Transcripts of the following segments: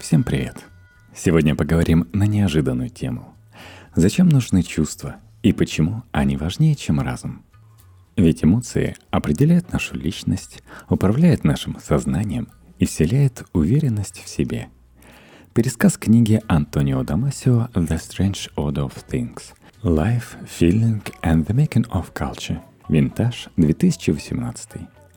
Всем привет! Сегодня поговорим на неожиданную тему. Зачем нужны чувства и почему они важнее, чем разум? Ведь эмоции определяют нашу личность, управляют нашим сознанием и вселяют уверенность в себе. Пересказ книги Антонио Дамасио «The Strange Order of Things. Life, Feeling and the Making of Culture. Винтаж, 2018».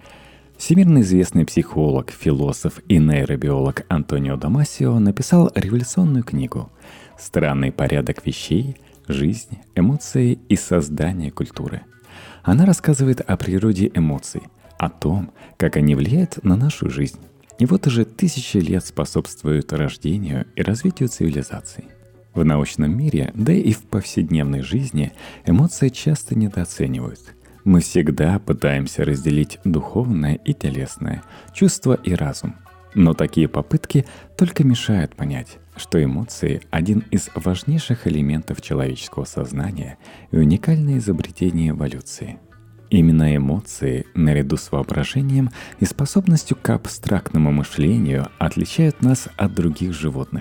Всемирно известный психолог, философ и нейробиолог Антонио Дамасио написал революционную книгу «Странный порядок вещей, жизнь, эмоции и создание культуры». Она рассказывает о природе эмоций, о том, как они влияют на нашу жизнь. И вот уже тысячи лет способствуют рождению и развитию цивилизаций. В научном мире, да и в повседневной жизни эмоции часто недооценивают. Мы всегда пытаемся разделить духовное и телесное, чувство и разум. Но такие попытки только мешают понять, что эмоции – один из важнейших элементов человеческого сознания и уникальное изобретение эволюции. Именно эмоции, наряду с воображением и способностью к абстрактному мышлению, отличают нас от других животных.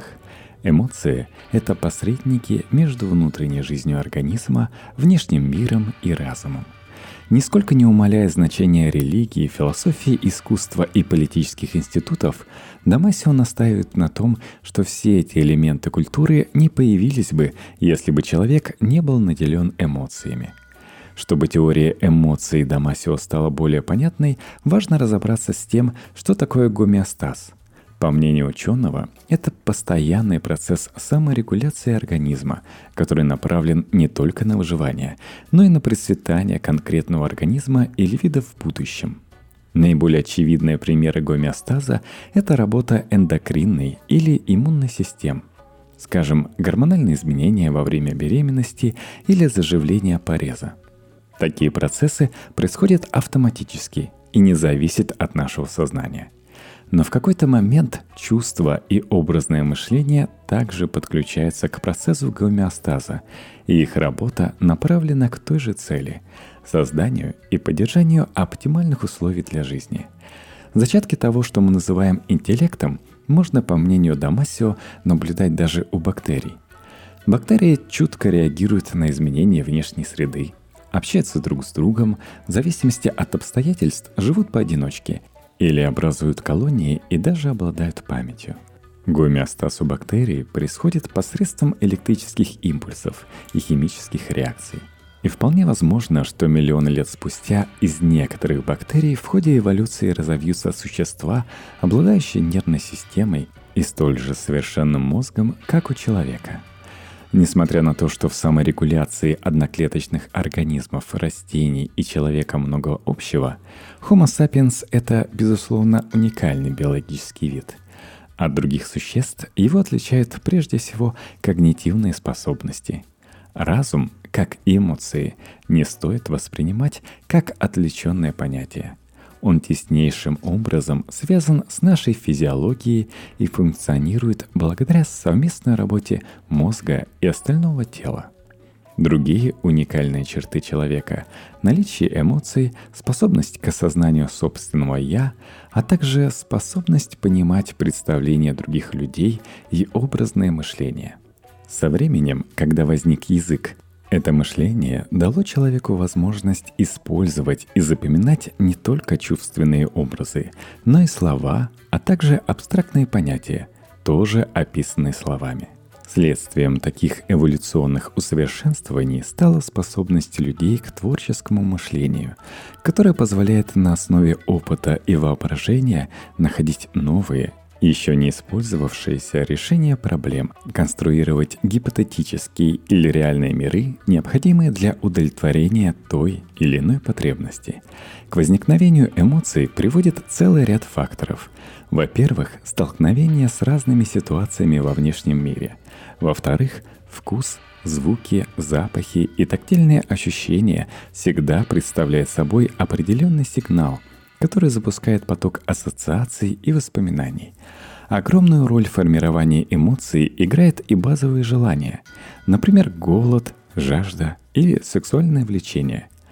Эмоции – это посредники между внутренней жизнью организма, внешним миром и разумом. Нисколько не умаляя значения религии, философии, искусства и политических институтов, Дамасио настаивает на том, что все эти элементы культуры не появились бы, если бы человек не был наделен эмоциями. Чтобы теория эмоций Дамасио стала более понятной, важно разобраться с тем, что такое гомеостаз. По мнению ученого, это постоянный процесс саморегуляции организма, который направлен не только на выживание, но и на процветание конкретного организма или вида в будущем. Наиболее очевидные примеры гомеостаза – это работа эндокринной или иммунной систем, скажем, гормональные изменения во время беременности или заживление пореза. Такие процессы происходят автоматически и не зависят от нашего сознания. Но в какой-то момент чувства и образное мышление также подключаются к процессу гомеостаза, и их работа направлена к той же цели – созданию и поддержанию оптимальных условий для жизни. Зачатки того, что мы называем интеллектом, можно, по мнению Дамасио, наблюдать даже у бактерий. Бактерии чутко реагируют на изменения внешней среды, общаются друг с другом, в зависимости от обстоятельств живут поодиночке или образуют колонии и даже обладают памятью. Гомеостаз у бактерий происходит посредством электрических импульсов и химических реакций. И вполне возможно, что миллионы лет спустя из некоторых бактерий в ходе эволюции разовьются существа, обладающие нервной системой и столь же совершенным мозгом, как у человека. Несмотря на то, что в саморегуляции одноклеточных организмов, растений и человека много общего, Homo sapiens – это, безусловно, уникальный биологический вид. От других существ его отличают прежде всего когнитивные способности. Разум, как и эмоции, не стоит воспринимать как отвлеченное понятие. Он теснейшим образом связан с нашей физиологией и функционирует благодаря совместной работе мозга и остального тела. Другие уникальные черты человека – наличие эмоций, способность к осознанию собственного «я», а также способность понимать представления других людей и образное мышление. Со временем, когда возник язык, это мышление дало человеку возможность использовать и запоминать не только чувственные образы, но и слова, а также абстрактные понятия, тоже описанные словами. Следствием таких эволюционных усовершенствований стала способность людей к творческому мышлению, которая позволяет на основе опыта и воображения находить новые, еще не использовавшиеся решения проблем, конструировать гипотетические или реальные миры, необходимые для удовлетворения той или иной потребности. К возникновению эмоций приводит целый ряд факторов. Во-первых, столкновение с разными ситуациями во внешнем мире. Во-вторых, вкус, звуки, запахи и тактильные ощущения всегда представляют собой определенный сигнал, который запускает поток ассоциаций и воспоминаний. Огромную роль в формировании эмоций играет и базовые желания, например, голод, жажда или сексуальное влечение.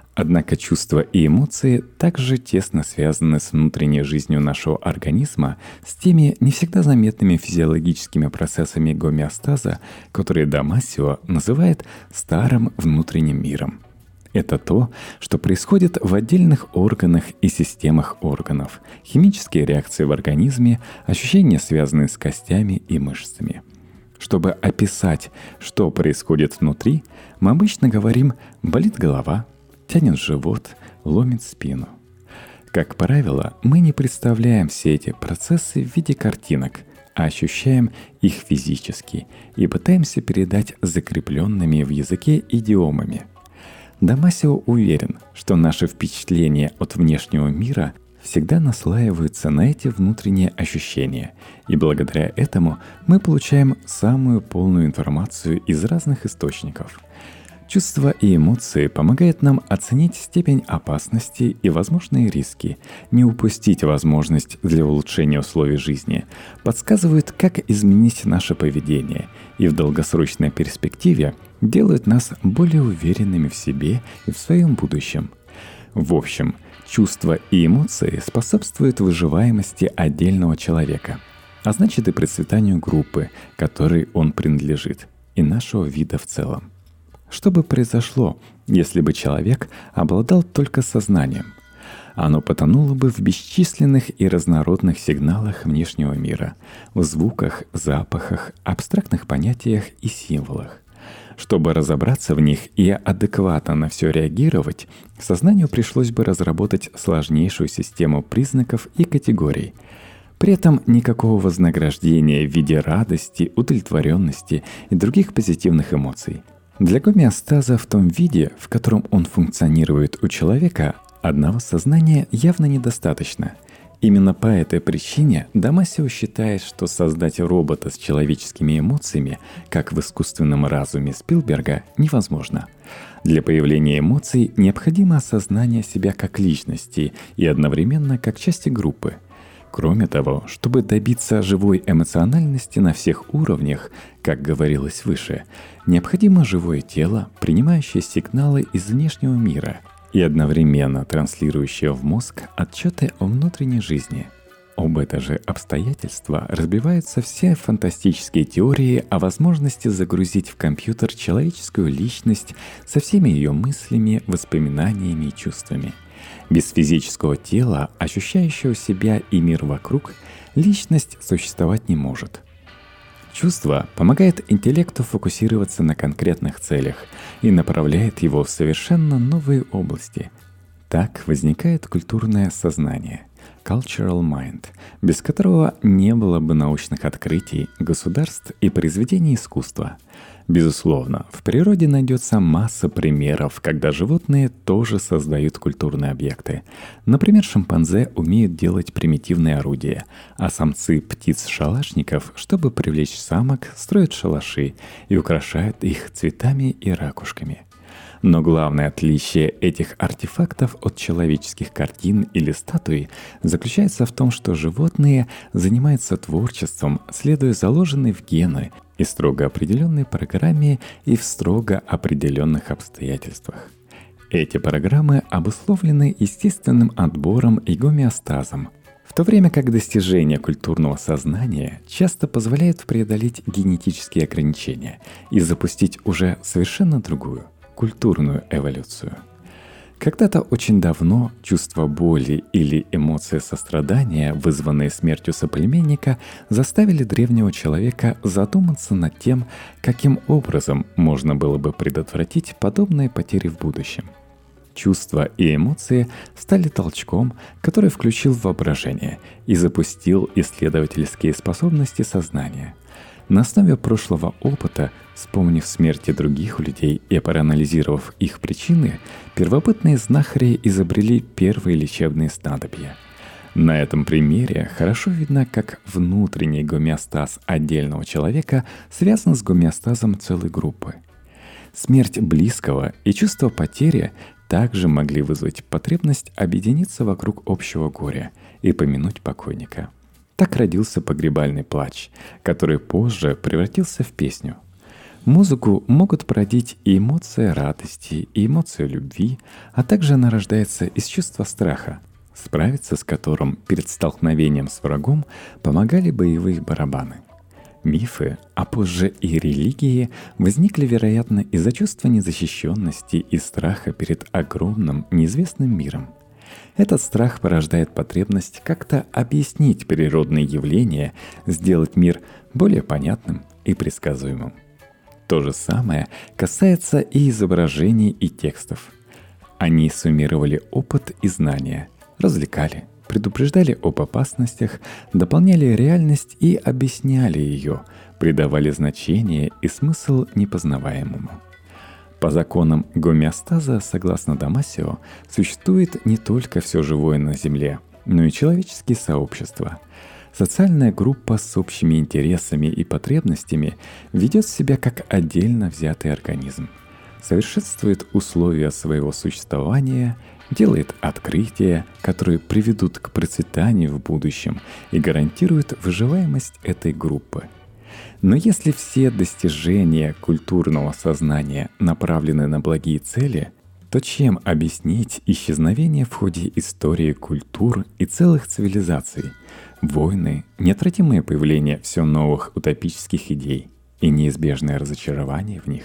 Однако чувства и эмоции также тесно связаны с внутренней жизнью нашего организма, с теми не всегда заметными физиологическими процессами гомеостаза, которые Дамасио называет «старым внутренним миром». Это то, что происходит в отдельных органах и системах органов, химические реакции в организме, ощущения, связанные с костями и мышцами. Чтобы описать, что происходит внутри, мы обычно говорим «болит голова», «тянет живот», «ломит спину». Как правило, мы не представляем все эти процессы в виде картинок, а ощущаем их физически и пытаемся передать закрепленными в языке идиомами. Дамасио уверен, что наши впечатления от внешнего мира всегда наслаиваются на эти внутренние ощущения, и благодаря этому мы получаем самую полную информацию из разных источников. Чувства и эмоции помогают нам оценить степень опасности и возможные риски, не упустить возможность для улучшения условий жизни, подсказывают, как изменить наше поведение и в долгосрочной перспективе делают нас более уверенными в себе и в своем будущем. В общем, чувства и эмоции способствуют выживаемости отдельного человека, а значит и процветанию группы, которой он принадлежит, и нашего вида в целом. Что бы произошло, если бы человек обладал только сознанием? Оно потонуло бы в бесчисленных и разнородных сигналах внешнего мира, в звуках, запахах, абстрактных понятиях и символах. Чтобы разобраться в них и адекватно на все реагировать, сознанию пришлось бы разработать сложнейшую систему признаков и категорий. При этом никакого вознаграждения в виде радости, удовлетворенности и других позитивных эмоций. Для гомеостаза в том виде, в котором он функционирует у человека, одного сознания явно недостаточно. Именно по этой причине Дамасио считает, что создать робота с человеческими эмоциями, как в искусственном разуме Спилберга, невозможно. Для появления эмоций необходимо осознание себя как личности и одновременно как части группы. Кроме того, чтобы добиться живой эмоциональности на всех уровнях, как говорилось выше, необходимо живое тело, принимающее сигналы из внешнего мира и одновременно транслирующее в мозг отчеты о внутренней жизни. Об это же обстоятельство разбиваются все фантастические теории о возможности загрузить в компьютер человеческую личность со всеми ее мыслями, воспоминаниями и чувствами. Без физического тела, ощущающего себя и мир вокруг, личность существовать не может. Чувство помогает интеллекту фокусироваться на конкретных целях и направляет его в совершенно новые области. Так возникает культурное сознание – cultural mind, без которого не было бы научных открытий, государств и произведений искусства. Безусловно, в природе найдется масса примеров, когда животные тоже создают культурные объекты. Например, шимпанзе умеют делать примитивные орудия, а самцы птиц-шалашников, чтобы привлечь самок, строят шалаши и украшают их цветами и ракушками. Но главное отличие этих артефактов от человеческих картин или статуй заключается в том, что животные занимаются творчеством, следуя заложенной в гены и строго определенной программе и в строго определенных обстоятельствах. Эти программы обусловлены естественным отбором и гомеостазом, в то время как достижение культурного сознания часто позволяет преодолеть генетические ограничения и запустить уже совершенно другую культурную эволюцию. Когда-то очень давно чувство боли или эмоция сострадания, вызванные смертью соплеменника, заставили древнего человека задуматься над тем, каким образом можно было бы предотвратить подобные потери в будущем. Чувства и эмоции стали толчком, который включил воображение и запустил исследовательские способности сознания. На основе прошлого опыта, вспомнив смерти других людей и проанализировав их причины, первобытные знахари изобрели первые лечебные снадобья. На этом примере хорошо видно, как внутренний гомеостаз отдельного человека связан с гомеостазом целой группы. Смерть близкого и чувство потери также могли вызвать потребность объединиться вокруг общего горя и помянуть покойника. Так родился погребальный плач, который позже превратился в песню. Музыку могут породить и эмоция радости, и эмоция любви, а также она рождается из чувства страха, справиться с которым перед столкновением с врагом помогали боевые барабаны. Мифы, а позже и религии возникли, вероятно, из-за чувства незащищенности и страха перед огромным неизвестным миром. Этот страх порождает потребность как-то объяснить природные явления, сделать мир более понятным и предсказуемым. То же самое касается и изображений, и текстов. Они суммировали опыт и знания, развлекали, предупреждали об опасностях, дополняли реальность и объясняли ее, придавали значение и смысл непознаваемому. По законам гомеостаза, согласно Дамасио, существует не только все живое на Земле, но и человеческие сообщества. Социальная группа с общими интересами и потребностями ведет себя как отдельно взятый организм, совершенствует условия своего существования, делает открытия, которые приведут к процветанию в будущем и гарантируют выживаемость этой группы. Но если все достижения культурного сознания направлены на благие цели, то чем объяснить исчезновение в ходе истории культур и целых цивилизаций, войны, неотвратимое появление все новых утопических идей и неизбежное разочарование в них?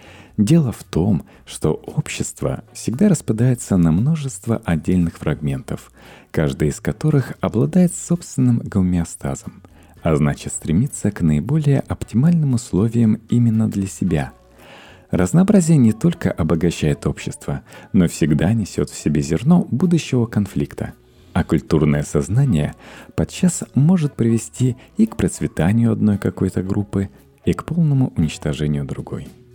Дело в том, что общество всегда распадается на множество отдельных фрагментов, каждый из которых обладает собственным гомеостазом, а значит стремится к наиболее оптимальным условиям именно для себя. Разнообразие не только обогащает общество, но всегда несет в себе зерно будущего конфликта. А культурное сознание подчас может привести и к процветанию одной какой-то группы, и к полному уничтожению другой.